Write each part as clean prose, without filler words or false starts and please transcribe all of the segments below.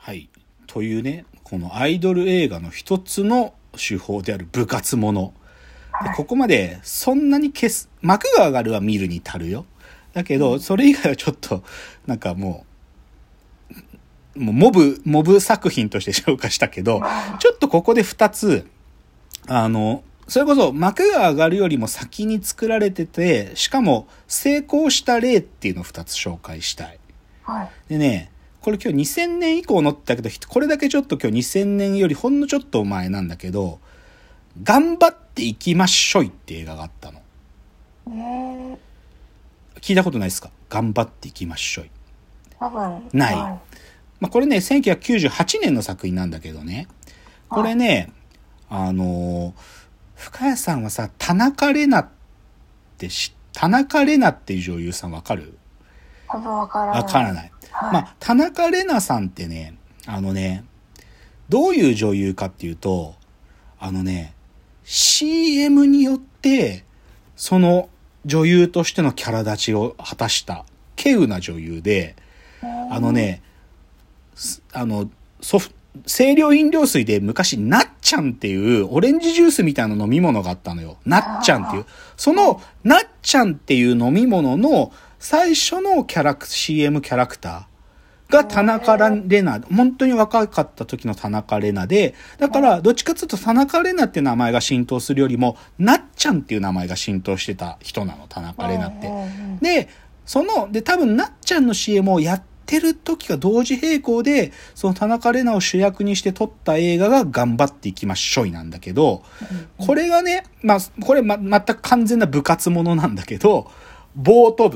はい。というね、このアイドル映画の一つの手法である部活もの。でここまでそんなに幕が上がるは見るに足るよ。だけど、それ以外はちょっと、なんかもうモブ作品として紹介したけど、ちょっとここで2つ、それこそ幕が上がるよりも先に作られてて、しかも成功した例っていうのを2つ紹介したい。でね、これ今日2000年以降のってだけど、これだけちょっと今日2000年よりほんのちょっと前なんだけど、頑張っていきましょいって映画があったの。聞いたことないですか？頑張っていきましょい。 多分ない。まあ、これね、1998年の作品なんだけどね。これね、深谷さんはさ、田中玲奈っていう女優さんわかる？ 多分わからない。 わからない。まあ、田中玲奈さんってね、どういう女優かっていうと、CM によって、その女優としてのキャラ立ちを果たした、稀有な女優で、清涼飲料水で昔、なっちゃんっていうオレンジジュースみたいな飲み物があったのよ。なっちゃんっていう。その、なっちゃんっていう飲み物の最初のCM キャラクター。が田中玲奈、本当に若かった時の田中玲奈で、だからどっちかというと田中玲奈って名前が浸透するよりも、なっちゃんっていう名前が浸透してた人なの、田中玲奈って。で、多分なっちゃんの CM をやってる時が同時並行で、その田中玲奈を主役にして撮った映画が頑張っていきましょいなんだけど、これがね、これ全く完全な部活ものなんだけど、ボート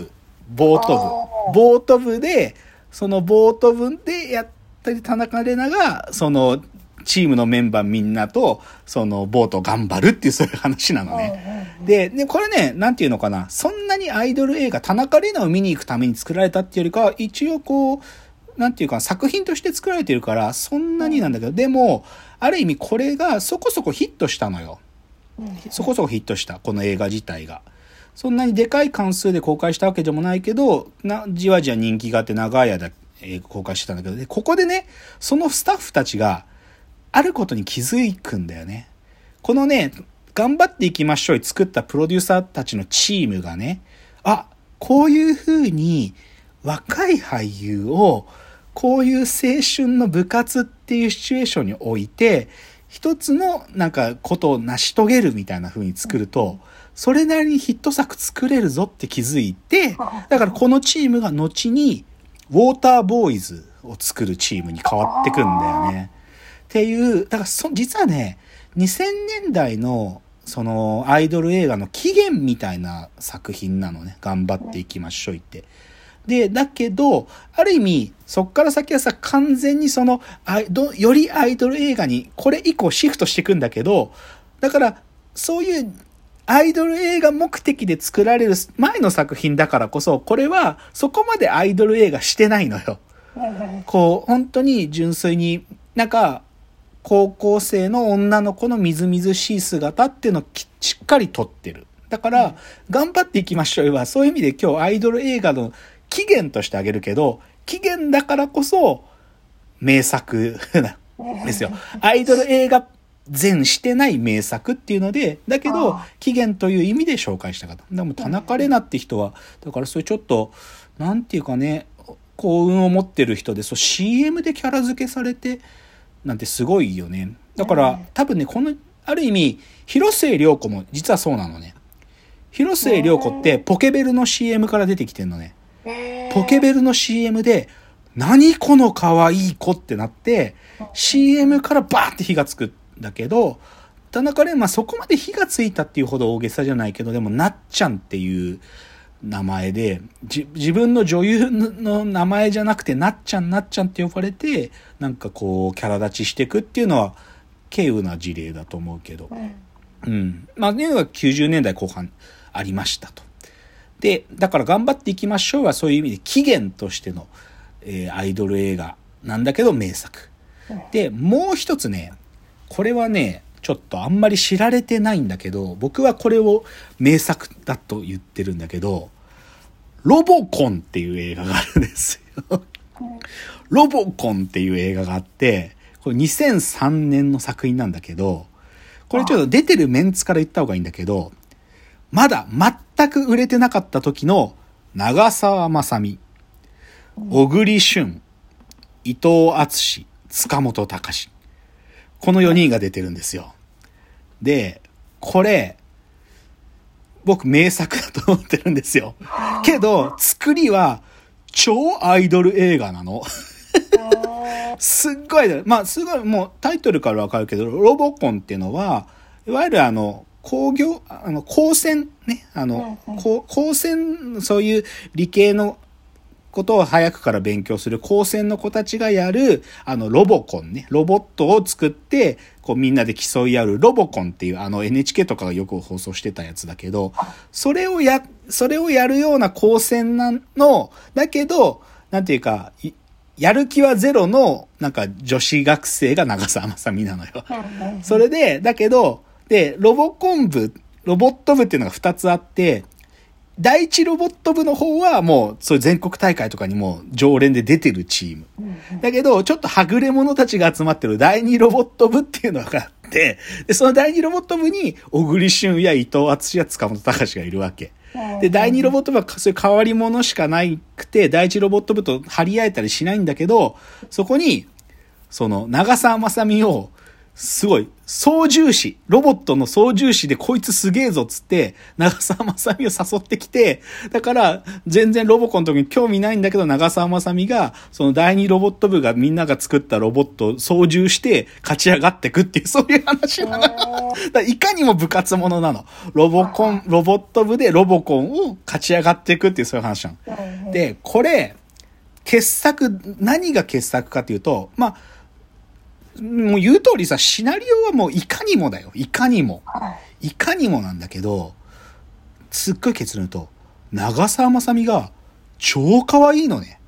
部で、そのボート部でやったり田中玲奈が、そのチームのメンバーみんなと、そのボートを頑張るっていうそういう話なのね。で、これね、なんていうのかな、そんなにアイドル映画、田中玲奈を見に行くために作られたっていうよりかは、一応こう、なんていうか作品として作られてるから、そんなになんだけど、でも、ある意味これがそこそこヒットしたのよ。そこそこヒットした、この映画自体が。そんなにでかい関数で公開したわけでもないけど、じわじわ人気があって長い間公開してたんだけど、で、ここでね、そのスタッフたちがあることに気づくんだよね。このね、頑張っていきましょう作ったプロデューサーたちのチームがね、こういう風に若い俳優をこういう青春の部活っていうシチュエーションに置いて、一つのなんかことを成し遂げるみたいな風に作ると、それなりにヒット作作れるぞって気づいて、だからこのチームが後にウォーターボーイズを作るチームに変わってくんだよね。っていう、だから実はね、2000年代のそのアイドル映画の起源みたいな作品なのね。頑張っていきましょうって。で、だけど、ある意味、そっから先はさ、完全にその、よりアイドル映画に、これ以降シフトしていくんだけど、だから、そういうアイドル映画目的で作られる前の作品だからこそ、これはそこまでアイドル映画してないのよ。こう、本当に純粋に、なんか、高校生の女の子のみずみずしい姿っていうのをしっかり撮ってる。だから、頑張っていきましょうは、そういう意味で今日アイドル映画の起源としてあげるけど、起源だからこそ、名作ですよ。アイドル映画前してない名作っていうので、だけど、起源という意味で紹介したかった。でも田中玲奈って人は、だからそれちょっと、なんていうかね、幸運を持ってる人で、CM でキャラ付けされて、なんてすごいよね。だから、多分ね、ある意味、広末涼子も実はそうなのね。広末涼子ってポケベルの CM から出てきてんのね。ポケベルの CM で、何この可愛い子ってなって、CM からバーって火がつくんだけど、田中玲奈、そこまで火がついたっていうほど大げさじゃないけど、でもなっちゃんっていう名前で、自分の女優の名前じゃなくてなっちゃんって呼ばれて、なんかこうキャラ立ちしていくっていうのは稀有な事例だと思うけど、まあね、90年代後半ありましたと。で、だから頑張っていきましょうはそういう意味で起源としての、アイドル映画なんだけど名作。で、もう一つね、これはね、ちょっとあんまり知られてないんだけど、僕はこれを名作だと言ってるんだけど、ロボコンっていう映画があるんですよ。 ロボコンっていう映画があって、これ2003年の作品なんだけど、これちょっと出てるメンツから言った方がいいんだけど、まだ全く売れてなかった時の長澤まさみ、小栗旬、伊藤淳、塚本隆、この4人が出てるんですよ。で、これ、僕名作だと思ってるんですよ。けど、作りは超アイドル映画なの。すっごい、まあすごい、もうタイトルからわかるけど、ロボコンっていうのは、いわゆる高専ね、高専、そういう理系のことを早くから勉強する高専の子たちがやる、ロボコンね、ロボットを作って、こうみんなで競い合うロボコンっていう、NHK とかがよく放送してたやつだけど、それをやるような高専だけど、なんていうか、やる気はゼロの、なんか女子学生が長澤まさみなのよ。それで、だけど、ロボット部っていうのが2つあって、第一ロボット部の方はもう、そういう全国大会とかにも常連で出てるチーム。だけど、ちょっとはぐれ者たちが集まってる第二ロボット部っていうのがあって、で、その第二ロボット部に、小栗旬や伊藤淳や塚本隆がいるわけ。で、第二ロボット部はそういう変わり者しかないくて、第一ロボット部と張り合えたりしないんだけど、そこに、その、長澤まさみを、すごい、ロボットの操縦士でこいつすげえぞっつって、長澤まさみを誘ってきて、だから、全然ロボコンの時に興味ないんだけど、長澤まさみが、その第二ロボット部がみんなが作ったロボットを操縦して勝ち上がってくっていう、そういう話なの。だからいかにも部活ものなの。ロボット部でロボコンを勝ち上がっていくっていう、そういう話なの。で、これ、何が傑作かっていうと、まあ、もう言う通りさ、シナリオはもういかにもだよ。いかにもなんだけど、すっごい結論言うと、長澤まさみが超可愛いのね。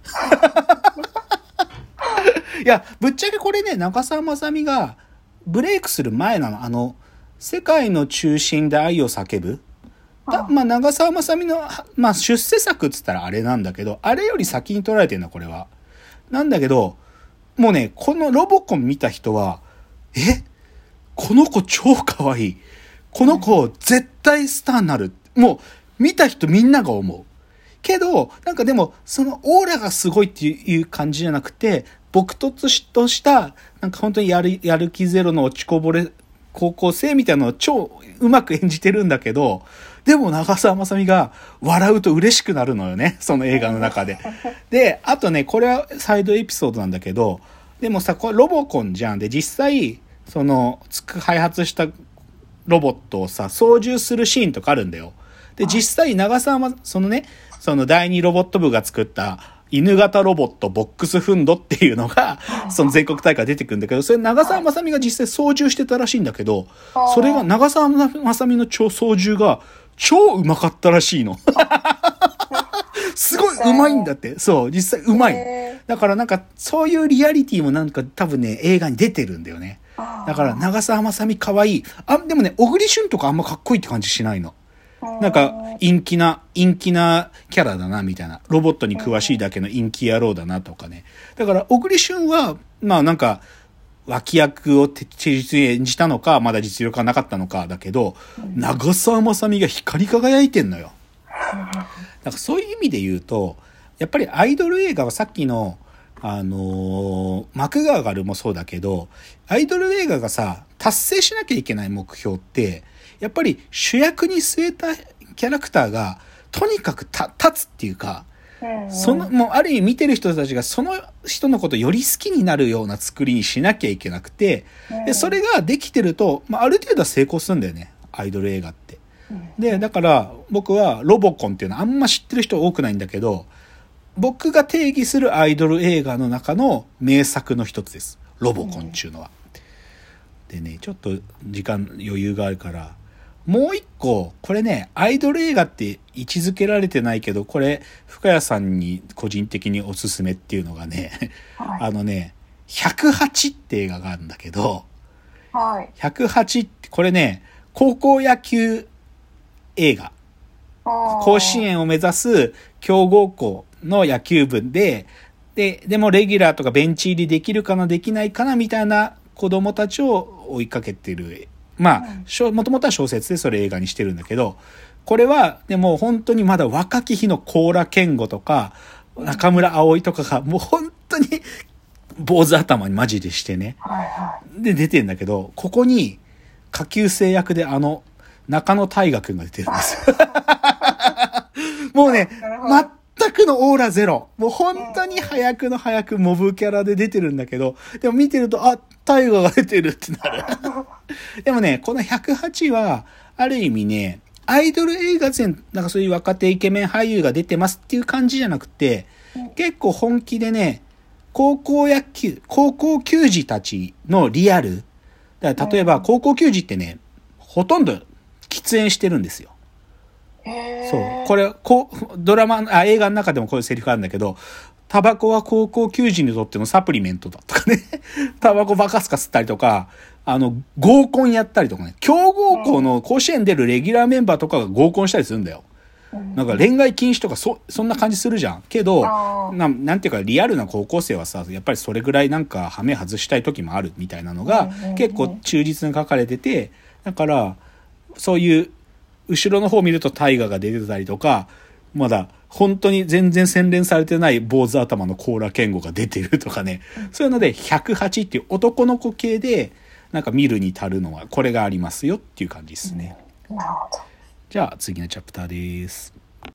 いや、ぶっちゃけこれね、長澤まさみがブレイクする前なの。世界の中心で愛を叫ぶ。まあ、長澤まさみの、まあ、出世作っつったらあれなんだけど、あれより先に撮られてんだ、これは。なんだけど、もうね、このロボコン見た人は、この子超可愛い。この子絶対スターになる。もう、見た人みんなが思う。けど、なんかでも、そのオーラがすごいっていう感じじゃなくて、僕とした、なんか本当にやる気ゼロの落ちこぼれ高校生みたいなのを超うまく演じてるんだけど、でも長澤まさみが笑うと嬉しくなるのよね。その映画の中で。で、あとね、これはサイドエピソードなんだけど、でもさ、これロボコンじゃん。で、実際、開発したロボットをさ、操縦するシーンとかあるんだよ。で、実際長澤その第二ロボット部が作った犬型ロボットボックスフンドっていうのが、その全国大会出てくるんだけど、それ長澤まさみが実際操縦してたらしいんだけど、それが長澤まさみの操縦が超うまかったらしいの。すごいうまいんだって。そう、実際うまい。だからなんか、そういうリアリティもなんか多分ね、映画に出てるんだよね。だから長澤まさみ可愛い。でもね、小栗旬とかあんまかっこいいって感じしないの。なんか、陰気なキャラだな、みたいな。ロボットに詳しいだけの陰気野郎だな、とかね。だから、小栗旬は、まあなんか、脇役を忠実に演じたのか、まだ実力がなかったのかだけど、長澤まさみが光り輝いてんのよ。なんかそういう意味で言うと、やっぱりアイドル映画はさっきの、幕が上がるもそうだけど、アイドル映画がさ、達成しなきゃいけない目標って、やっぱり主役に据えたキャラクターが、とにかく立つっていうか、もうある意味見てる人たちがその人のことをより好きになるような作りにしなきゃいけなくて、で、それができてると、ある程度は成功するんだよね、アイドル映画って。で、だから僕はロボコンっていうのはあんま知ってる人多くないんだけど、僕が定義するアイドル映画の中の名作の一つです。ロボコンっていうのは。でね、ちょっと時間余裕があるから、もう一個、これね、アイドル映画って位置づけられてないけど、これ、深谷さんに個人的におすすめっていうのがね、108って映画があるんだけど、108って、これね、高校野球映画。甲子園を目指す強豪校の野球部で、 でもレギュラーとかベンチ入りできるかなできないかなみたいな子供たちを追いかけてる。まあ、もともとは小説でそれ映画にしてるんだけど、これはでも本当にまだ若き日の高良健吾とか、中村葵とかがもう本当に坊主頭にマジでしてね。で、出てるんだけど、ここに下級生役で中野大河君が出てるんですよ。もうね、全くのオーラゼロ。もう本当に早くモブキャラで出てるんだけど、でも見てると、大河が出てるってなる。でもね、この108は、ある意味ね、アイドル映画全、なんかそういう若手イケメン俳優が出てますっていう感じじゃなくて、結構本気でね、高校球児たちのリアル。だから例えば高校球児ってね、ほとんど喫煙してるんですよ。そう。これ、映画の中でもこういうセリフあるんだけど、タバコは高校球児にとってのサプリメントだとかね。タバコバカスカ吸ったりとか、合コンやったりとかね。強豪校の甲子園出るレギュラーメンバーとかが合コンしたりするんだよ。なんか恋愛禁止とかそんな感じするじゃん。けど、なんていうかリアルな高校生はさ、やっぱりそれぐらいなんかハメ外したい時もあるみたいなのが結構忠実に書かれてて、だからそういう後ろの方を見ると大河が出てたりとか、まだ本当に全然洗練されてない坊主頭の高良健吾が出てるとかね、そういうので108っていう男の子系でなんか見るに足るのはこれがありますよっていう感じですね。 なるほど。 じゃあ次のチャプターです。